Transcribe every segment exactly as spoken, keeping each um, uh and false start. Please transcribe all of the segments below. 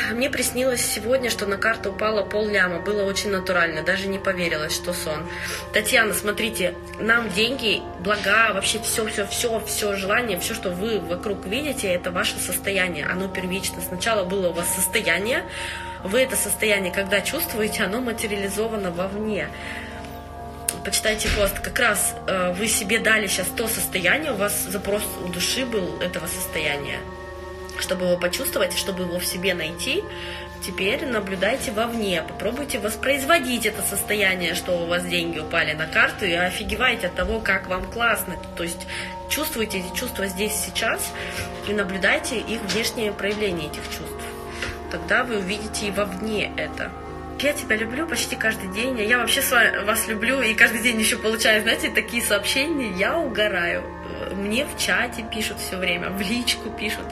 Мне приснилось сегодня, что на карту упало пол-ляма. Было очень натурально, даже не поверилось, что сон. Татьяна, смотрите, нам деньги, блага, вообще все, все, все, все желание, все, что вы вокруг видите, это ваше состояние. Оно первично. Сначала было у вас состояние. Вы это состояние, когда чувствуете, оно материализовано вовне. Почитайте пост. Как раз э, вы себе дали сейчас то состояние, у вас запрос у души был этого состояния. Чтобы его почувствовать, чтобы его в себе найти, теперь наблюдайте вовне, попробуйте воспроизводить это состояние, что у вас деньги упали на карту, и офигевайте от того, как вам классно. То есть чувствуйте эти чувства здесь сейчас и наблюдайте их внешнее проявление этих чувств. Тогда вы увидите и вовне это. Я тебя люблю почти каждый день, я вообще с вами, вас люблю, и каждый день еще получаю, знаете, такие сообщения, я угораю. Мне в чате пишут все время, в личку пишут.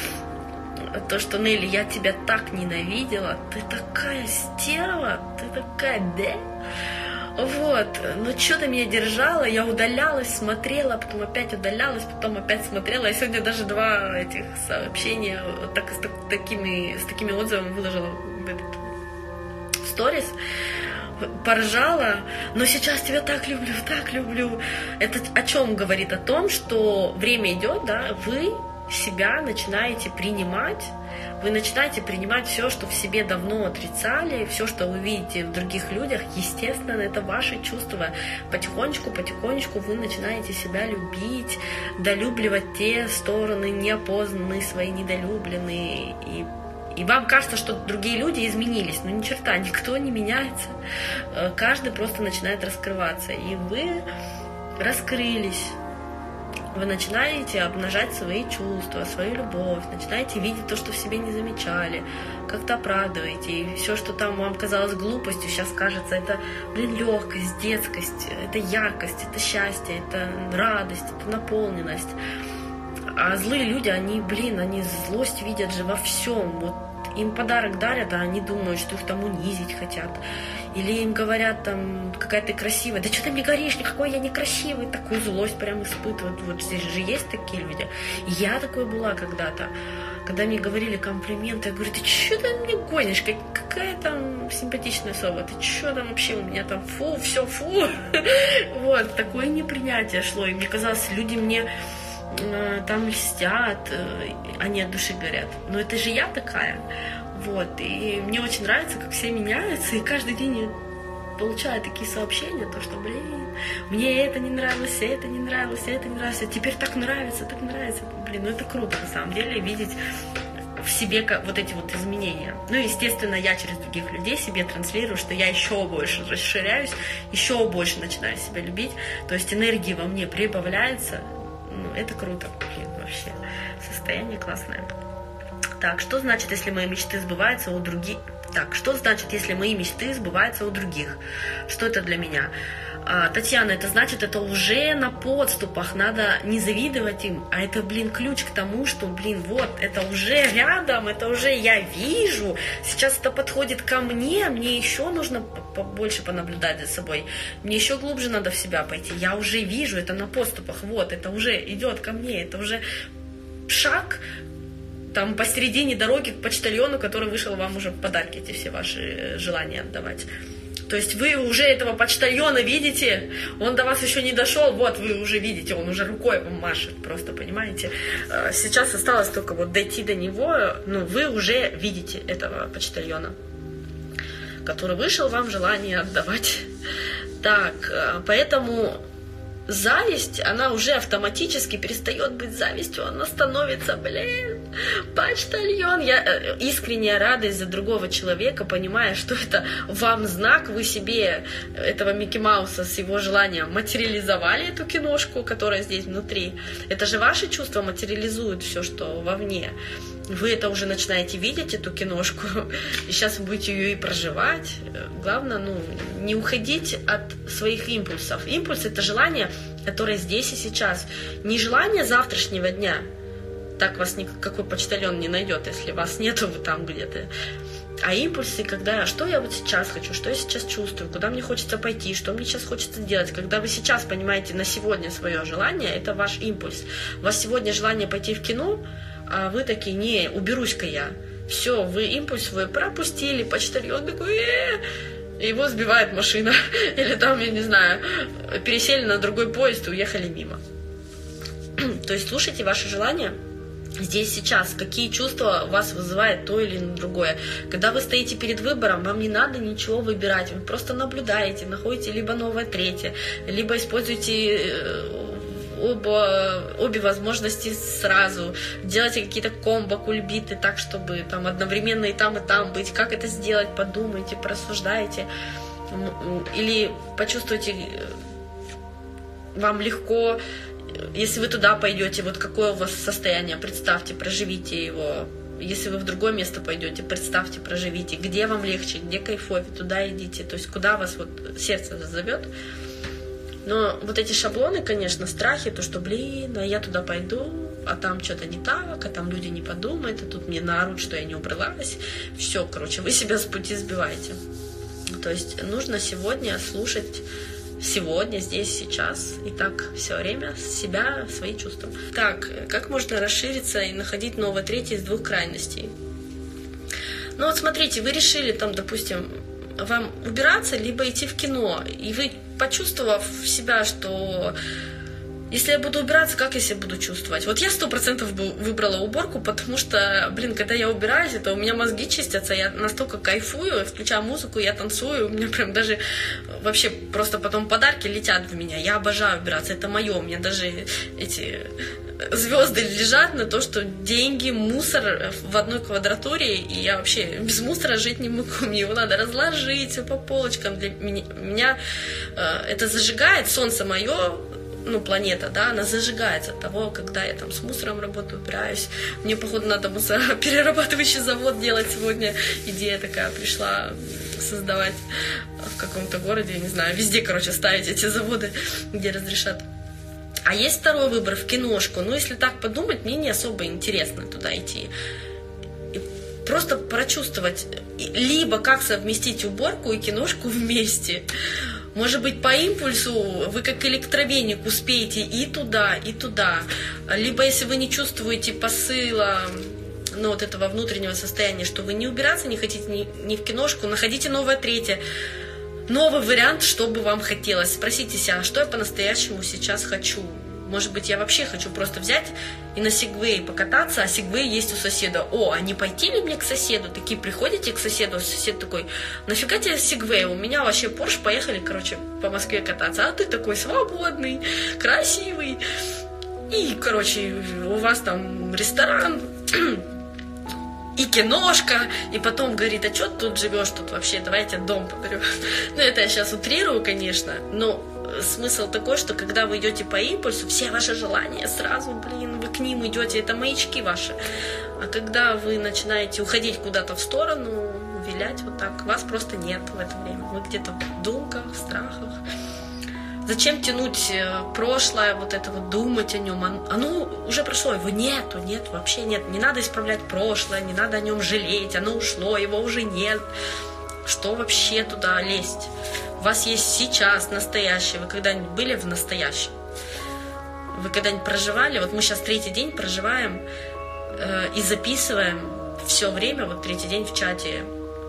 То, что Нелли, я тебя так ненавидела, ты такая стерва, ты такая, да? Вот, ну что-то меня держало, я удалялась, смотрела, потом опять удалялась, потом опять смотрела. Я сегодня даже два этих сообщения так, с, так, такими, с такими отзывами выложила в этот в сторис. Поржала, но сейчас тебя так люблю, так люблю. Это о чем говорит? О том, что время идет, да, вы себя начинаете принимать, вы начинаете принимать все, что в себе давно отрицали, все, что вы видите в других людях, естественно, это ваши чувства. Потихонечку, потихонечку вы начинаете себя любить, долюбливать те стороны неопознанные, свои недолюбленные, и И вам кажется, что другие люди изменились, но ни черта, никто не меняется. Каждый просто начинает раскрываться. И вы раскрылись. Вы начинаете обнажать свои чувства, свою любовь, начинаете видеть то, что в себе не замечали, как-то оправдываете. И все, что там вам казалось глупостью, сейчас кажется, это, блин, легкость, детскость, это яркость, это счастье, это радость, это наполненность. А злые люди, они, блин, они злость видят же во всем. Вот им подарок дарят, а они думают, что их там унизить хотят. Или им говорят, там, какая ты красивая. Да что ты мне говоришь, никакой я не красивый. Такую злость прям испытывают. Вот здесь же есть такие люди. И я такой была когда-то. Когда мне говорили комплименты, я говорю, ты что ты мне гонишь? Какая там симпатичная особа? Ты что там вообще у меня там? Фу, все, фу. Вот, такое непринятие шло. И мне казалось, люди мне там льстят, они от души говорят. Но это же я такая. Вот. И мне очень нравится, как все меняются. И каждый день я получаю такие сообщения, то, что, блин, мне это не нравилось, это не нравилось, это не нравилось. А теперь так нравится, так нравится. Блин, ну это круто, на самом деле, видеть в себе вот эти вот изменения. Ну, естественно, я через других людей себе транслирую, что я еще больше расширяюсь, еще больше начинаю себя любить. То есть энергии во мне прибавляется. Ну, это круто, блин, вообще. Состояние классное. Так, что значит, если мои мечты сбываются у других? Так, что значит, если мои мечты сбываются у других? Что это для меня? А, Татьяна, это значит, это уже на подступах, надо не завидовать им, а это, блин, ключ к тому, что, блин, вот, это уже рядом, это уже я вижу, сейчас это подходит ко мне, мне еще нужно побольше понаблюдать за собой, мне еще глубже надо в себя пойти, я уже вижу, это на подступах, вот, это уже идет ко мне, это уже шаг там посередине дороги к почтальону, который вышел вам уже в подарки эти все ваши желания отдавать. То есть вы уже этого почтальона видите, он до вас еще не дошел, вот вы уже видите, он уже рукой вам машет, просто понимаете. Сейчас осталось только вот дойти до него, ну вы уже видите этого почтальона, который вышел вам желание отдавать. Так, поэтому зависть, она уже автоматически перестает быть завистью, она становится, блин, почтальон. Я искренняя радость за другого человека, понимая, что это вам знак, вы себе этого Микки Мауса с его желанием материализовали эту киношку, которая здесь внутри. Это же ваши чувства материализуют все, что вовне. Вы это уже начинаете видеть, эту киношку, и сейчас вы будете ее и проживать. Главное, ну, не уходить от своих импульсов. Импульс — это желание, которое здесь и сейчас. Не желание завтрашнего дня. Так вас никакой почтальон не найдет, если вас нету вы там где-то. А импульсы, когда, что я вот сейчас хочу, что я сейчас чувствую, куда мне хочется пойти, что мне сейчас хочется делать. Когда вы сейчас понимаете на сегодня свое желание, это ваш импульс. У вас сегодня желание пойти в кино, а вы такие, не, уберусь-ка я. Все, вы импульс вы пропустили, почтальон такой, э-э-э, его сбивает машина. Или там, я не знаю, пересели на другой поезд и уехали мимо. То есть слушайте ваши желания здесь, сейчас, какие чувства вас вызывает то или другое. Когда вы стоите перед выбором, вам не надо ничего выбирать, вы просто наблюдаете, находите либо новое, третье, либо используете оба, обе возможности сразу, делайте какие-то комбо, кульбиты, так, чтобы там одновременно и там, и там быть. Как это сделать, подумайте, порассуждайте. Или почувствуйте, вам легко, если вы туда пойдете, вот какое у вас состояние, представьте, проживите его. Если вы в другое место пойдете, представьте, проживите, где вам легче, где кайфовее, туда идите, то есть куда вас вот сердце зовет. Но вот эти шаблоны, конечно, страхи, то, что, блин, а я туда пойду, а там что-то не так, а там люди не подумают, а тут мне наорут, что я не убралась. Все, короче, вы себя с пути сбиваете. То есть нужно сегодня слушать сегодня, здесь, сейчас, и так все время себя, свои чувства. Так, как можно расшириться и находить новое третье из двух крайностей? Ну вот смотрите, вы решили там, допустим, вам убираться, либо идти в кино, и вы, почувствовав себя, что если я буду убираться, как я себя буду чувствовать? Вот я сто процентов бы выбрала уборку, потому что, блин, когда я убираюсь, это у меня мозги чистятся, я настолько кайфую, включаю музыку, я танцую, у меня прям даже вообще просто потом подарки летят в меня. Я обожаю убираться, это мое, у меня даже эти звезды лежат на то, что деньги, мусор в одной квадратуре, и я вообще без мусора жить не могу, мне его надо разложить, все по полочкам. Для меня, меня э, это зажигает, солнце мое, ну, планета, да, она зажигается от того, когда я там с мусором работаю, убираюсь. Мне, походу, надо мусороперерабатывающий завод делать сегодня. Идея такая пришла создавать в каком-то городе, я не знаю, везде, короче, ставить эти заводы, где разрешат. А есть второй выбор, в киношку. Ну, если так подумать, мне не особо интересно туда идти. И просто прочувствовать, либо как совместить уборку и киношку вместе. Может быть, по импульсу вы как электровеник успеете и туда, и туда. Либо если вы не чувствуете посыла, ну, вот этого внутреннего состояния, что вы не убираться не хотите, ни, ни в киношку, находите новое третье. Новый вариант, что бы вам хотелось. Спросите себя, что я по-настоящему сейчас хочу. Может быть, я вообще хочу просто взять и на сегвее покататься, а сегвей есть у соседа. О, а не пойти ли мне к соседу? Такие приходите к соседу, сосед такой, нафига тебе сегвей? У меня вообще Порш, поехали, короче, по Москве кататься. А ты такой свободный, красивый. И, короче, у вас там ресторан, и киношка, и потом говорит, а что ты тут живешь, тут вообще, давай я тебе дом подарю. Ну, это я сейчас утрирую, конечно, но смысл такой, что когда вы идете по импульсу, все ваши желания сразу, блин, вы к ним идете, это маячки ваши. А когда вы начинаете уходить куда-то в сторону, вилять вот так, вас просто нет в это время. Вы где-то в думках, в страхах. Зачем тянуть прошлое, вот это вот, думать о нем? Оно уже прошло, его нету, нет, вообще нет. Не надо исправлять прошлое, не надо о нем жалеть, оно ушло, его уже нет. Что вообще туда лезть? У вас есть сейчас настоящее. Вы когда-нибудь были в настоящем? Вы когда-нибудь проживали? Вот мы сейчас третий день проживаем э, и записываем все время, вот третий день в чате.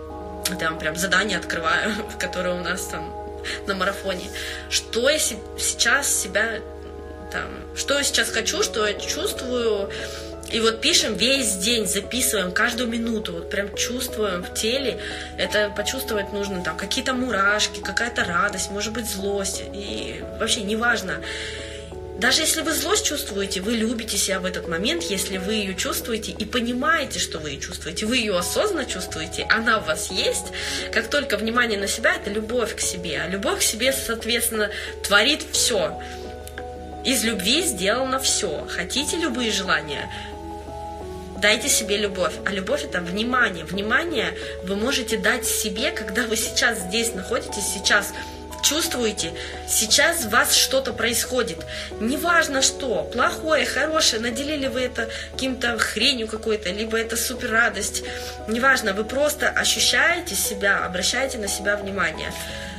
Там прям задание открываю, которое у нас там на марафоне. Что я сейчас себя там, что я сейчас хочу, что я чувствую. И вот пишем весь день, записываем каждую минуту, вот прям чувствуем в теле. Это почувствовать нужно, там какие-то мурашки, какая-то радость, может быть злость. И вообще неважно. Даже если вы злость чувствуете, вы любите себя в этот момент, если вы ее чувствуете и понимаете, что вы ее чувствуете, вы ее осознанно чувствуете, она у вас есть. Как только внимание на себя, это любовь к себе. А любовь к себе, соответственно, творит все. Из любви сделано все. Хотите любые желания? Дайте себе любовь. А любовь — это внимание. Внимание вы можете дать себе, когда вы сейчас здесь находитесь, сейчас чувствуете, сейчас в вас что-то происходит. Неважно что, плохое, хорошее, наделили вы это каким-то хренью какой-то, либо это супер радость. Неважно, вы просто ощущаете себя, обращаете на себя внимание.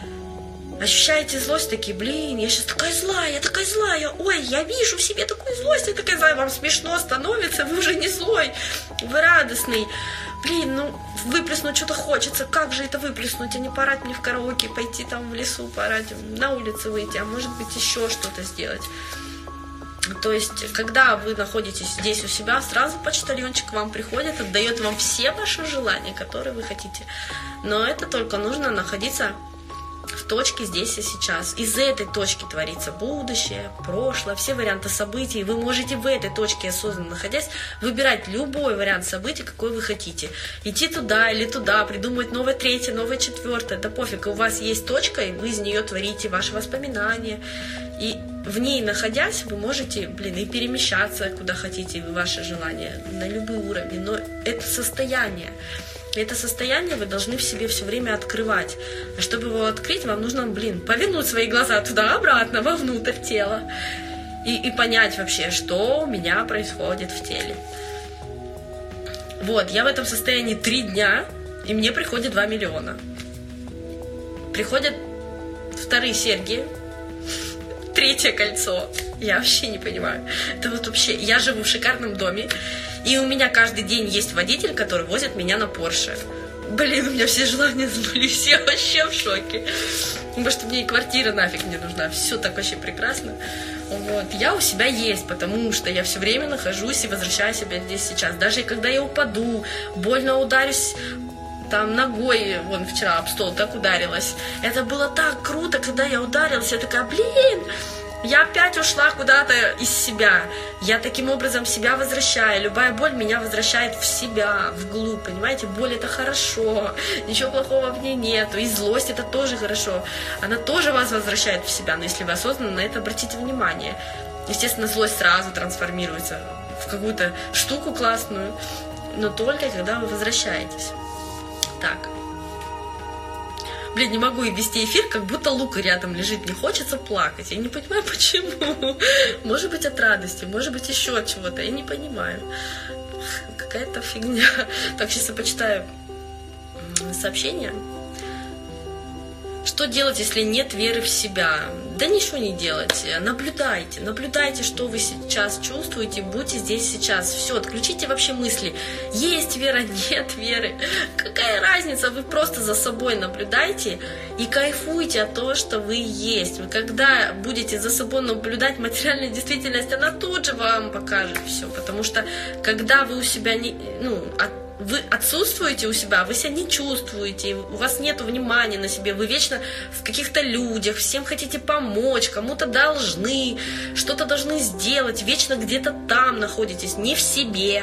Ощущаете злость, такие, блин, я сейчас такая злая, я такая злая, ой, я вижу в себе такую злость, я такая злая, вам смешно становится, вы уже не злой, вы радостный, блин, ну выплеснуть что-то хочется, как же это выплеснуть, а не поорать мне в караоке, пойти там в лесу поорать, на улицу выйти, а может быть еще что-то сделать. То есть, когда вы находитесь здесь у себя, сразу почтальончик к вам приходит, отдает вам все ваши желания, которые вы хотите. Но это только нужно находиться в точке здесь и сейчас. Из этой точки творится будущее, прошлое, все варианты событий. Вы можете в этой точке, осознанно находясь, выбирать любой вариант событий, какой вы хотите. Идти туда или туда, придумывать новое третье, новое четвертое. Да пофиг, у вас есть точка, и вы из нее творите ваши воспоминания. И в ней находясь, вы можете, блин, и перемещаться куда хотите, ваши желания, на любые уровни. Но это состояние. Это состояние вы должны в себе все время открывать. А чтобы его открыть, вам нужно, блин, повернуть свои глаза туда-обратно, вовнутрь тела. И, и понять вообще, что у меня происходит в теле. Вот, я в этом состоянии три дня, и мне приходит два миллиона. Приходят вторые серьги, третье кольцо. Я вообще не понимаю. Это вот вообще... Я живу в шикарном доме, и у меня каждый день есть водитель, который возит меня на Порше. Блин, у меня все желания сбылись, я вообще в шоке. Потому что мне и квартира нафиг не нужна. Все так вообще прекрасно. Вот. Я у себя есть, потому что я все время нахожусь и возвращаю себя здесь сейчас. Даже когда я упаду, больно ударюсь там ногой, вон вчера об стол так ударилась. Это было так круто, когда я ударилась. Я такая, блин, я опять ушла куда-то из себя. Я таким образом себя возвращаю. Любая боль меня возвращает в себя, вглубь, понимаете? Боль это хорошо, ничего плохого в ней нету. И злость это тоже хорошо. Она тоже вас возвращает в себя, но если вы осознанно на это обратите внимание. Естественно, злость сразу трансформируется в какую-то штуку классную, но только когда вы возвращаетесь. Так. Блин, не могу и вести эфир, как будто Лука рядом лежит. Не хочется плакать. Я не понимаю, почему. Может быть, от радости, может быть, еще от чего-то. Я не понимаю. Какая-то фигня. Так, сейчас я почитаю сообщение. Что делать, если нет веры в себя? Да ничего не делать. Наблюдайте. Наблюдайте, что вы сейчас чувствуете. Будьте здесь сейчас. Все, отключите вообще мысли. Есть вера, нет веры. Какая разница? Вы просто за собой наблюдайте и кайфуйте от того, что вы есть. Вы когда будете за собой наблюдать, материальная действительность, она тут же вам покажет все. Потому что когда вы у себя не... Ну, от вы отсутствуете у себя, вы себя не чувствуете, у вас нет внимания на себе, вы вечно в каких-то людях, всем хотите помочь, кому-то должны, что-то должны сделать, вечно где-то там находитесь, не в себе.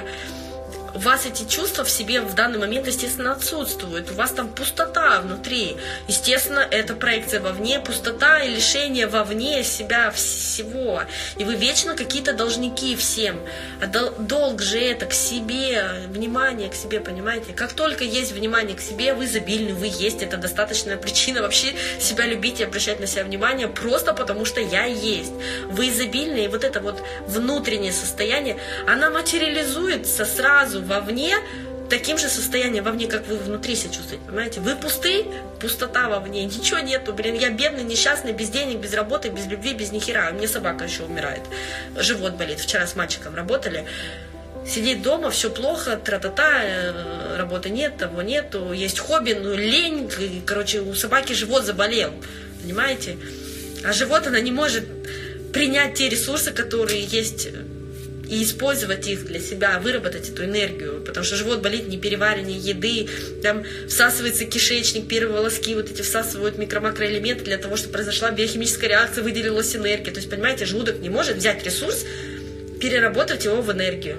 У вас эти чувства в себе в данный момент, естественно, отсутствуют. У вас там пустота внутри. Естественно, это проекция вовне, пустота и лишение вовне себя всего. И вы вечно какие-то должники всем. А долг же это к себе, внимание к себе, понимаете? Как только есть внимание к себе, вы изобильны, вы есть. Это достаточная причина вообще себя любить и обращать на себя внимание, просто потому что я есть. Вы изобильны, и вот это вот внутреннее состояние, она материализуется сразу вовне, таким же состоянием вовне, как вы внутри себя чувствуете, понимаете? Вы пусты, пустота вовне, ничего нету, блин, я бедный, несчастный, без денег, без работы, без любви, без ни хера. У меня собака еще умирает, живот болит, вчера с мальчиком работали, сидеть дома, все плохо, тра-та-та, работы нет, того нету, есть хобби, ну лень, и, короче, у собаки живот заболел, понимаете? А живот, она не может принять те ресурсы, которые есть, и использовать их для себя, выработать эту энергию, потому что живот болит, непереваривание еды, там всасывается кишечник, первые волоски вот эти всасывают микро-макроэлементы для того, чтобы произошла биохимическая реакция, выделилась энергия. То есть, понимаете, желудок не может взять ресурс, переработать его в энергию.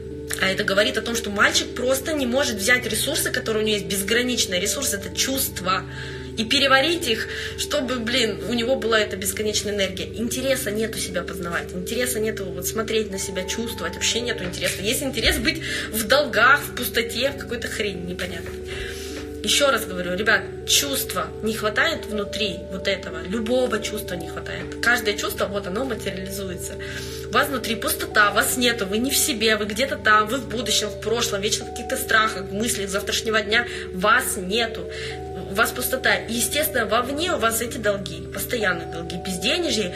А это говорит о том, что мальчик просто не может взять ресурсы, которые у него есть, безграничные ресурсы, это чувства, и переварить их, чтобы, блин, у него была эта бесконечная энергия. Интереса нету себя познавать, интереса нету вот смотреть на себя, чувствовать, вообще нету интереса. Есть интерес быть в долгах, в пустоте, в какой-то хрени непонятной. Еще раз говорю, ребят, чувства не хватает внутри вот этого, любого чувства не хватает. Каждое чувство, вот оно материализуется. У вас внутри пустота, вас нету, вы не в себе, вы где-то там, вы в будущем, в прошлом, вечно в каких-то страхах, мыслях завтрашнего дня, вас нету. У вас пустота. И, естественно, вовне у вас эти долги, постоянные долги, безденежье,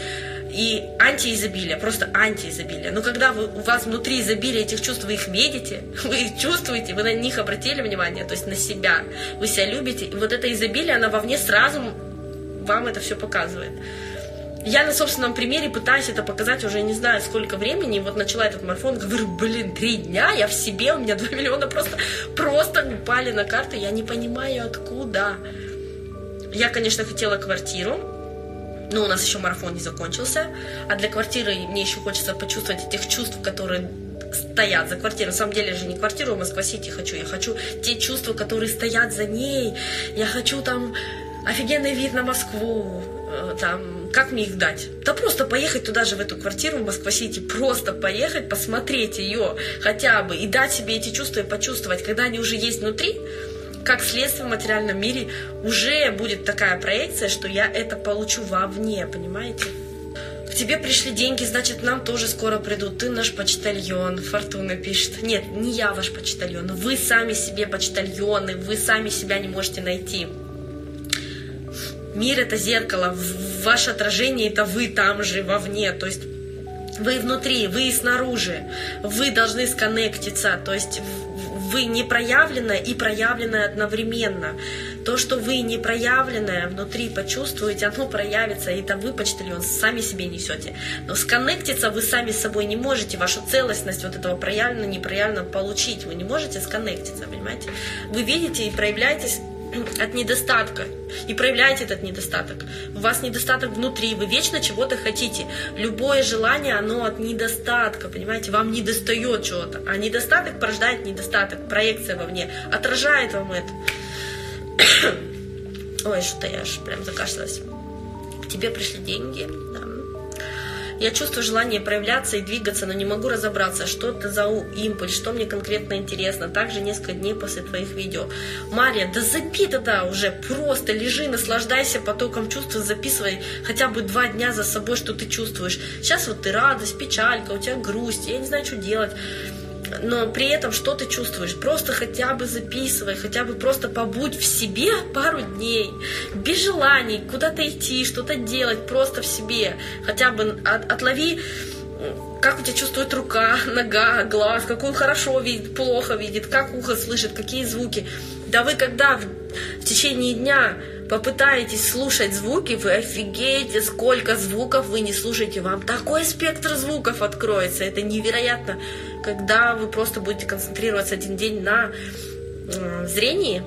и антиизобилие, просто антиизобилие. Но когда вы, у вас внутри изобилие этих чувств, вы их видите, вы их чувствуете, вы на них обратили внимание, то есть на себя, вы себя любите, и вот это изобилие, оно вовне сразу вам это все показывает. Я на собственном примере пытаюсь это показать уже не знаю сколько времени. Вот начала этот марафон, говорю, блин, три дня, я в себе, у меня два миллиона просто, просто упали на карту, я не понимаю откуда. Я, конечно, хотела квартиру, но у нас еще марафон не закончился, а для квартиры мне еще хочется почувствовать этих чувств, которые стоят за квартирой. На самом деле же не квартиру в Москва-Сити хочу, я хочу те чувства, которые стоят за ней, я хочу там офигенный вид на Москву, там, как мне их дать? Да просто поехать туда же, в эту квартиру в Москва-Сити, просто поехать, посмотреть ее хотя бы, и дать себе эти чувства и почувствовать, когда они уже есть внутри, как следствие в материальном мире, уже будет такая проекция, что я это получу вовне, понимаете? К тебе пришли деньги, значит, нам тоже скоро придут. Ты наш почтальон, Фортуна пишет. Нет, не я ваш почтальон, вы сами себе почтальоны, вы сами себя не можете найти. Мир — это зеркало, ваше отражение — это вы там же, вовне, то есть вы внутри, вы и снаружи, вы должны сконнектиться, то есть вы не проявленное и проявленное одновременно. То, что вы не проявленное внутри почувствуете, оно проявится, и это вы, почтальон, сами себе несете. Но сконнектиться вы сами с собой не можете, вашу целостность вот этого проявленно, непроявленно получить, вы не можете сконнектиться, понимаете? Вы видите и проявляетесь от недостатка, и проявляете этот недостаток. У вас недостаток внутри, вы вечно чего-то хотите. Любое желание, оно от недостатка, понимаете, вам не достает чего-то. А недостаток порождает недостаток, проекция вовне, отражает вам это. Ой, что-то я аж прям закашлялась. К тебе пришли деньги, да. Я чувствую желание проявляться и двигаться, но не могу разобраться, что это за импульс, что мне конкретно интересно. Также несколько дней после твоих видео. Мария, да забей тогда уже, просто лежи, наслаждайся потоком чувств, записывай хотя бы два дня за собой, что ты чувствуешь. Сейчас вот ты радость, печалька, у тебя грусть, я не знаю, что делать. Но при этом что ты чувствуешь? Просто хотя бы записывай, хотя бы просто побудь в себе пару дней, без желаний куда-то идти, что-то делать, просто в себе. Хотя бы от, отлови, как у тебя чувствует рука, нога, глаз, какой хорошо видит, плохо видит, как ухо слышит, какие звуки. Да вы когда в, в течение дня попытаетесь слушать звуки, вы офигеете, сколько звуков вы не слушаете. Вам такой спектр звуков откроется. Это невероятно. Когда вы просто будете концентрироваться один день на э, зрении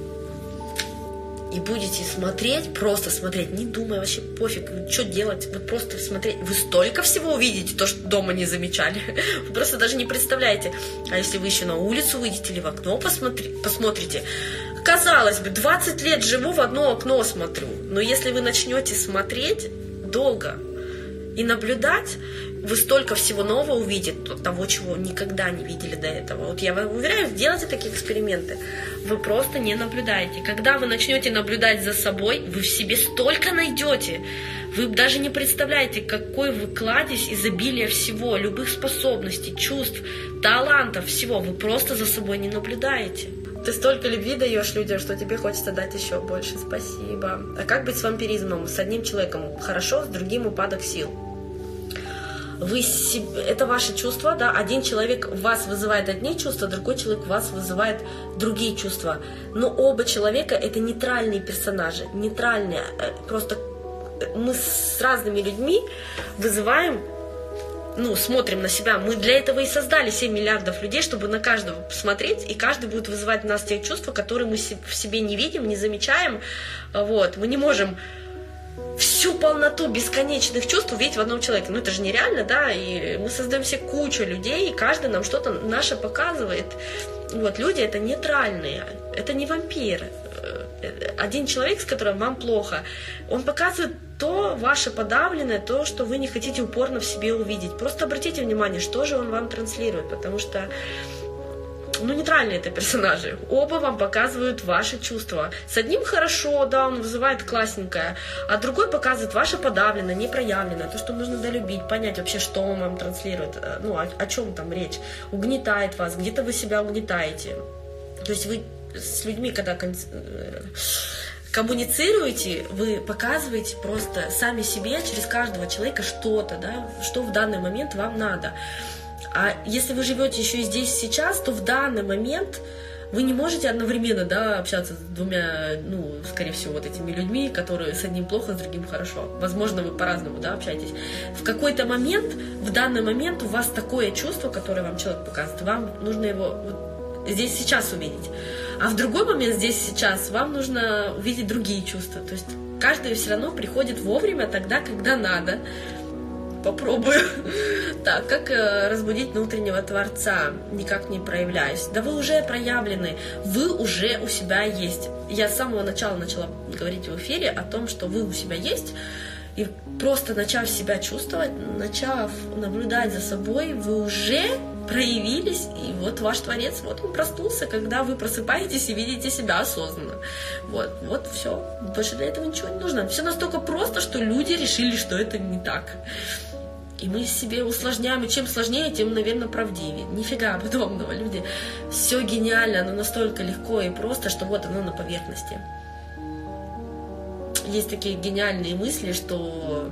и будете смотреть, просто смотреть, не думая, вообще пофиг, что делать, вот просто смотреть. Вы столько всего увидите, то, что дома не замечали. Вы просто даже не представляете. А если вы еще на улицу выйдете или в окно посмотри, посмотрите, казалось бы, двадцать лет живу, в одно окно смотрю. Но если вы начнете смотреть долго и наблюдать, вы столько всего нового увидите, того, чего никогда не видели до этого. Вот я вам уверяю, делайте такие эксперименты. Вы просто не наблюдаете. Когда вы начнете наблюдать за собой, вы в себе столько найдете. Вы даже не представляете, какой вы кладезь изобилия всего, любых способностей, чувств, талантов, всего. Вы просто за собой не наблюдаете. Ты столько любви даешь людям, что тебе хочется дать еще больше. Спасибо. А как быть с вампиризмом? С одним человеком хорошо, с другим упадок сил. Вы, это ваши чувства, да, один человек в вас вызывает одни чувства, другой человек в вас вызывает другие чувства. Но оба человека — это нейтральные персонажи, нейтральные. Просто мы с разными людьми вызываем, ну, смотрим на себя. Мы для этого и создали семь миллиардов людей, чтобы на каждого посмотреть, и каждый будет вызывать в нас те чувства, которые мы в себе не видим, не замечаем. Вот. Мы не можем всю полноту бесконечных чувств увидеть в одном человеке. Ну, это же нереально, да, и мы создаем себе кучу людей, и каждый нам что-то наше показывает. Вот, люди — это нейтральные, это не вампиры. Один человек, с которым вам плохо, он показывает то ваше подавленное, то, что вы не хотите упорно в себе увидеть. Просто обратите внимание, что же он вам транслирует, потому что ну, нейтральные это персонажи. Оба вам показывают ваши чувства. С одним хорошо, да, он вызывает классненькое, а другой показывает ваше подавленное, непроявленное, то, что нужно долюбить, понять вообще, что он вам транслирует, ну, о, о чем там речь. Угнетает вас, где-то вы себя угнетаете. То есть вы с людьми, когда коммуницируете, вы показываете просто сами себе через каждого человека что-то, да, что в данный момент вам надо. А если вы живете еще и здесь сейчас, то в данный момент вы не можете одновременно, да, общаться с двумя, ну, скорее всего, вот этими людьми, которые с одним плохо, с другим хорошо. Возможно, вы по-разному, да, общаетесь. В какой-то момент, в данный момент у вас такое чувство, которое вам человек показывает, вам нужно его вот здесь сейчас увидеть. А в другой момент здесь сейчас вам нужно увидеть другие чувства. То есть каждый все равно приходит вовремя тогда, когда надо. Попробую. Так, как э, разбудить внутреннего Творца, никак не проявляясь? Да вы уже проявлены, вы уже у себя есть. Я с самого начала начала говорить в эфире о том, что вы у себя есть, и просто начав себя чувствовать, начав наблюдать за собой, вы уже проявились, и вот ваш Творец, вот он проснулся, когда вы просыпаетесь и видите себя осознанно. Вот, вот все. Больше для этого ничего не нужно. Все настолько просто, что люди решили, что это не так. И мы себе усложняем, и чем сложнее, тем, наверное, правдивее. Нифига подобного, люди. Все гениально, оно настолько легко и просто, что вот оно на поверхности. Есть такие гениальные мысли, что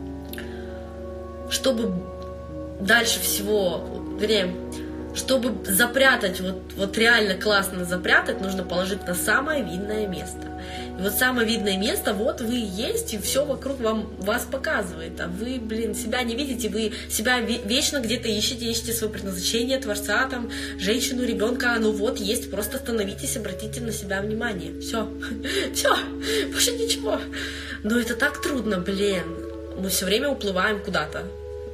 чтобы дальше всего, вернее, чтобы запрятать, вот, вот реально классно запрятать, нужно положить на самое видное место. И вот самое видное место, вот вы и есть, и все вокруг вам, вас показывает. А вы, блин, себя не видите, вы себя вечно где-то ищете, ищете свое предназначение, Творца, там, женщину, ребенка, ну вот есть, просто остановитесь, обратите на себя внимание. Все, все, больше ничего. Но это так трудно, блин. Мы все время уплываем куда-то.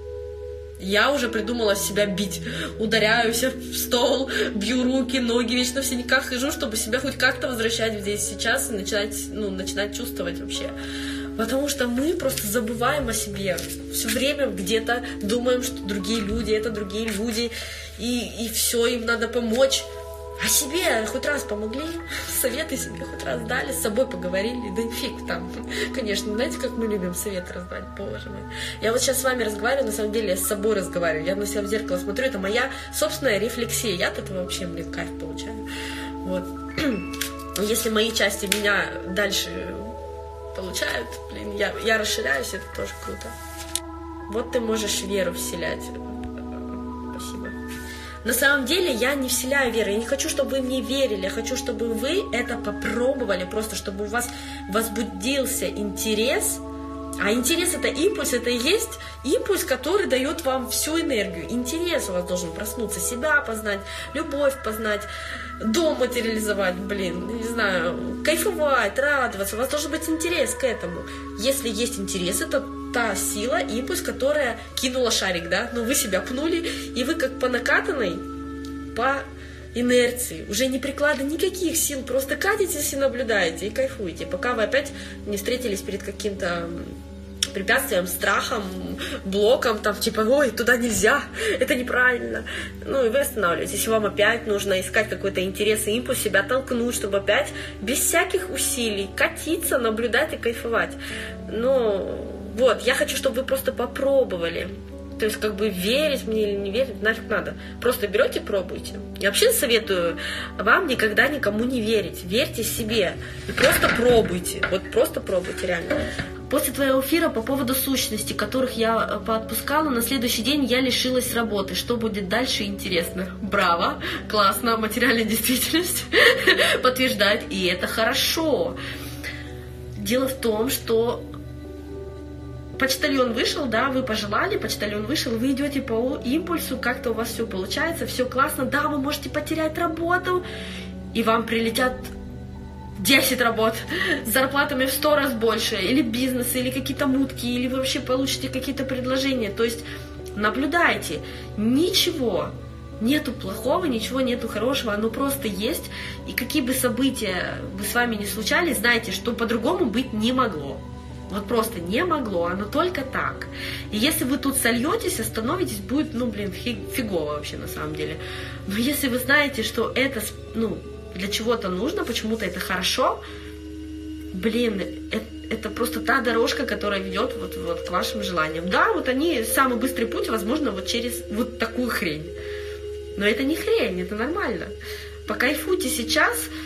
Я уже придумала себя бить, ударяюсь в стол, бью руки, ноги, вечно в синяках хожу, чтобы себя хоть как-то возвращать здесь сейчас и начинать, ну, начинать чувствовать вообще. Потому что мы просто забываем о себе. Все время где-то думаем, что другие люди, это другие люди, и, и все, им надо помочь. А себе хоть раз помогли, советы себе хоть раз дали, с собой поговорили, да фиг там. Конечно, знаете, как мы любим советы раздать, боже мой. Я вот сейчас с вами разговариваю, на самом деле я с собой разговариваю, я на себя в зеркало смотрю, это моя собственная рефлексия, я от этого вообще, блин, кайф получаю. Вот. Если мои части меня дальше получают, блин, я, я расширяюсь, это тоже круто. Вот ты можешь веру вселять. Спасибо. На самом деле я не вселяю веру, я не хочу, чтобы вы мне верили, я хочу, чтобы вы это попробовали, просто чтобы у вас возбудился интерес, а интерес это импульс, это и есть импульс, который дает вам всю энергию. Интерес у вас должен проснуться, себя познать, любовь познать, дом материализовать, блин, не знаю, кайфовать, радоваться, у вас должен быть интерес к этому. Если есть интерес, это та сила, импульс, которая кинула шарик, да, но вы себя пнули, и вы как по накатанной, по инерции, уже не прикладывая никаких сил, просто катитесь и наблюдаете, и кайфуете, пока вы опять не встретились перед каким-то препятствием, страхом, блоком, там, типа, ой, туда нельзя, это неправильно. Ну, и вы останавливаетесь, и вам опять нужно искать какой-то интерес и импульс, себя толкнуть, чтобы опять без всяких усилий катиться, наблюдать и кайфовать. Ну, вот, я хочу, чтобы вы просто попробовали. То есть, как бы, верить мне или не верить, нафиг надо. Просто берете и пробуйте. Я вообще советую вам никогда никому не верить. Верьте себе. И просто пробуйте. Вот просто пробуйте, реально. После твоего эфира по поводу сущностей, которых я поотпускала, на следующий день я лишилась работы. Что будет дальше, интересно. Браво, классно, материальная действительность подтверждает, и это хорошо. Дело в том, что почтальон вышел, да, вы пожелали, почтальон вышел, вы идете по импульсу, как-то у вас все получается, все классно, да, вы можете потерять работу, и вам прилетят десять работ с зарплатами в сто раз больше, или бизнес, или какие-то мутки, или вы вообще получите какие-то предложения. То есть наблюдайте, ничего нету плохого, ничего нету хорошего, оно просто есть, и какие бы события бы с вами ни случались, знайте, что по-другому быть не могло. Вот просто не могло, оно только так. И если вы тут сольетесь, остановитесь, будет, ну, блин, фигово вообще на самом деле. Но если вы знаете, что это, ну, для чего-то нужно, почему-то это хорошо, блин, это, это просто та дорожка, которая ведет вот, вот к вашим желаниям. Да, вот они, самый быстрый путь, возможно, вот через вот такую хрень. Но это не хрень, это нормально. Покайфуйте сейчас.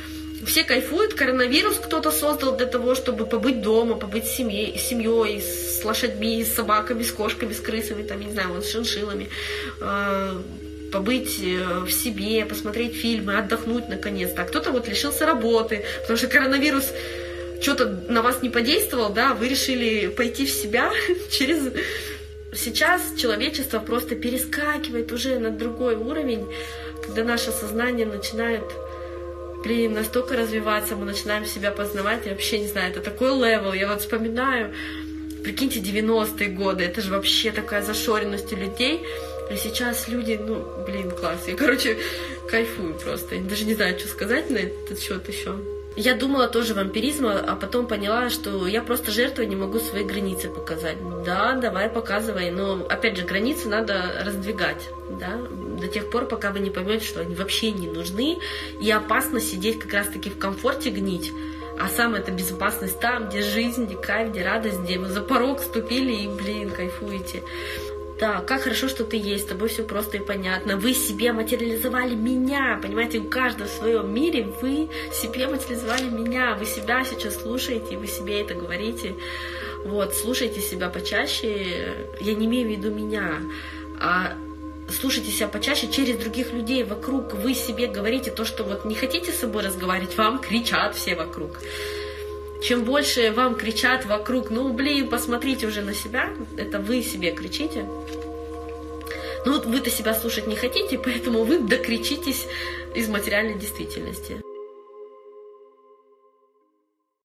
Все кайфуют, коронавирус кто-то создал для того, чтобы побыть дома, побыть с семьей, с семьей, с лошадьми, с собаками, с кошками, с крысами, там, не знаю, вот, с шиншиллами, э, побыть в себе, посмотреть фильмы, отдохнуть наконец-то. А кто-то вот лишился работы, потому что коронавирус что-то на вас не подействовал, да, вы решили пойти в себя через... Сейчас человечество просто перескакивает уже на другой уровень, когда наше сознание начинает... Блин, настолько развиваться, мы начинаем себя познавать, я вообще не знаю, это такой левел, я вот вспоминаю, прикиньте, девяностые годы, это же вообще такая зашоренность у людей, а сейчас люди, ну, блин, класс, я, короче, кайфую просто, я даже не знаю, что сказать на этот счет еще. Я думала тоже вампиризм, а потом поняла, что я просто жертва, не могу свои границы показать. Да, давай, показывай, но, опять же, границы надо раздвигать, да, до тех пор, пока вы не поймете, что они вообще не нужны, и опасно сидеть как раз-таки в комфорте гнить, а самая это безопасность там, где жизнь, где кайф, где радость, где вы за порог ступили и, блин, кайфуете. Да, как хорошо, что ты есть, с тобой все просто и понятно. Вы себе материализовали меня, понимаете, у каждого в своем мире вы себе материализовали меня, вы себя сейчас слушаете, вы себе это говорите. Вот, слушайте себя почаще, я не имею в виду меня, а слушайте себя почаще через других людей вокруг. Вы себе говорите то, что вот не хотите с собой разговаривать, вам кричат все вокруг. Чем больше вам кричат вокруг, ну, блин, посмотрите уже на себя, это вы себе кричите. Ну, вот вы-то себя слушать не хотите, поэтому вы докричитесь из материальной действительности.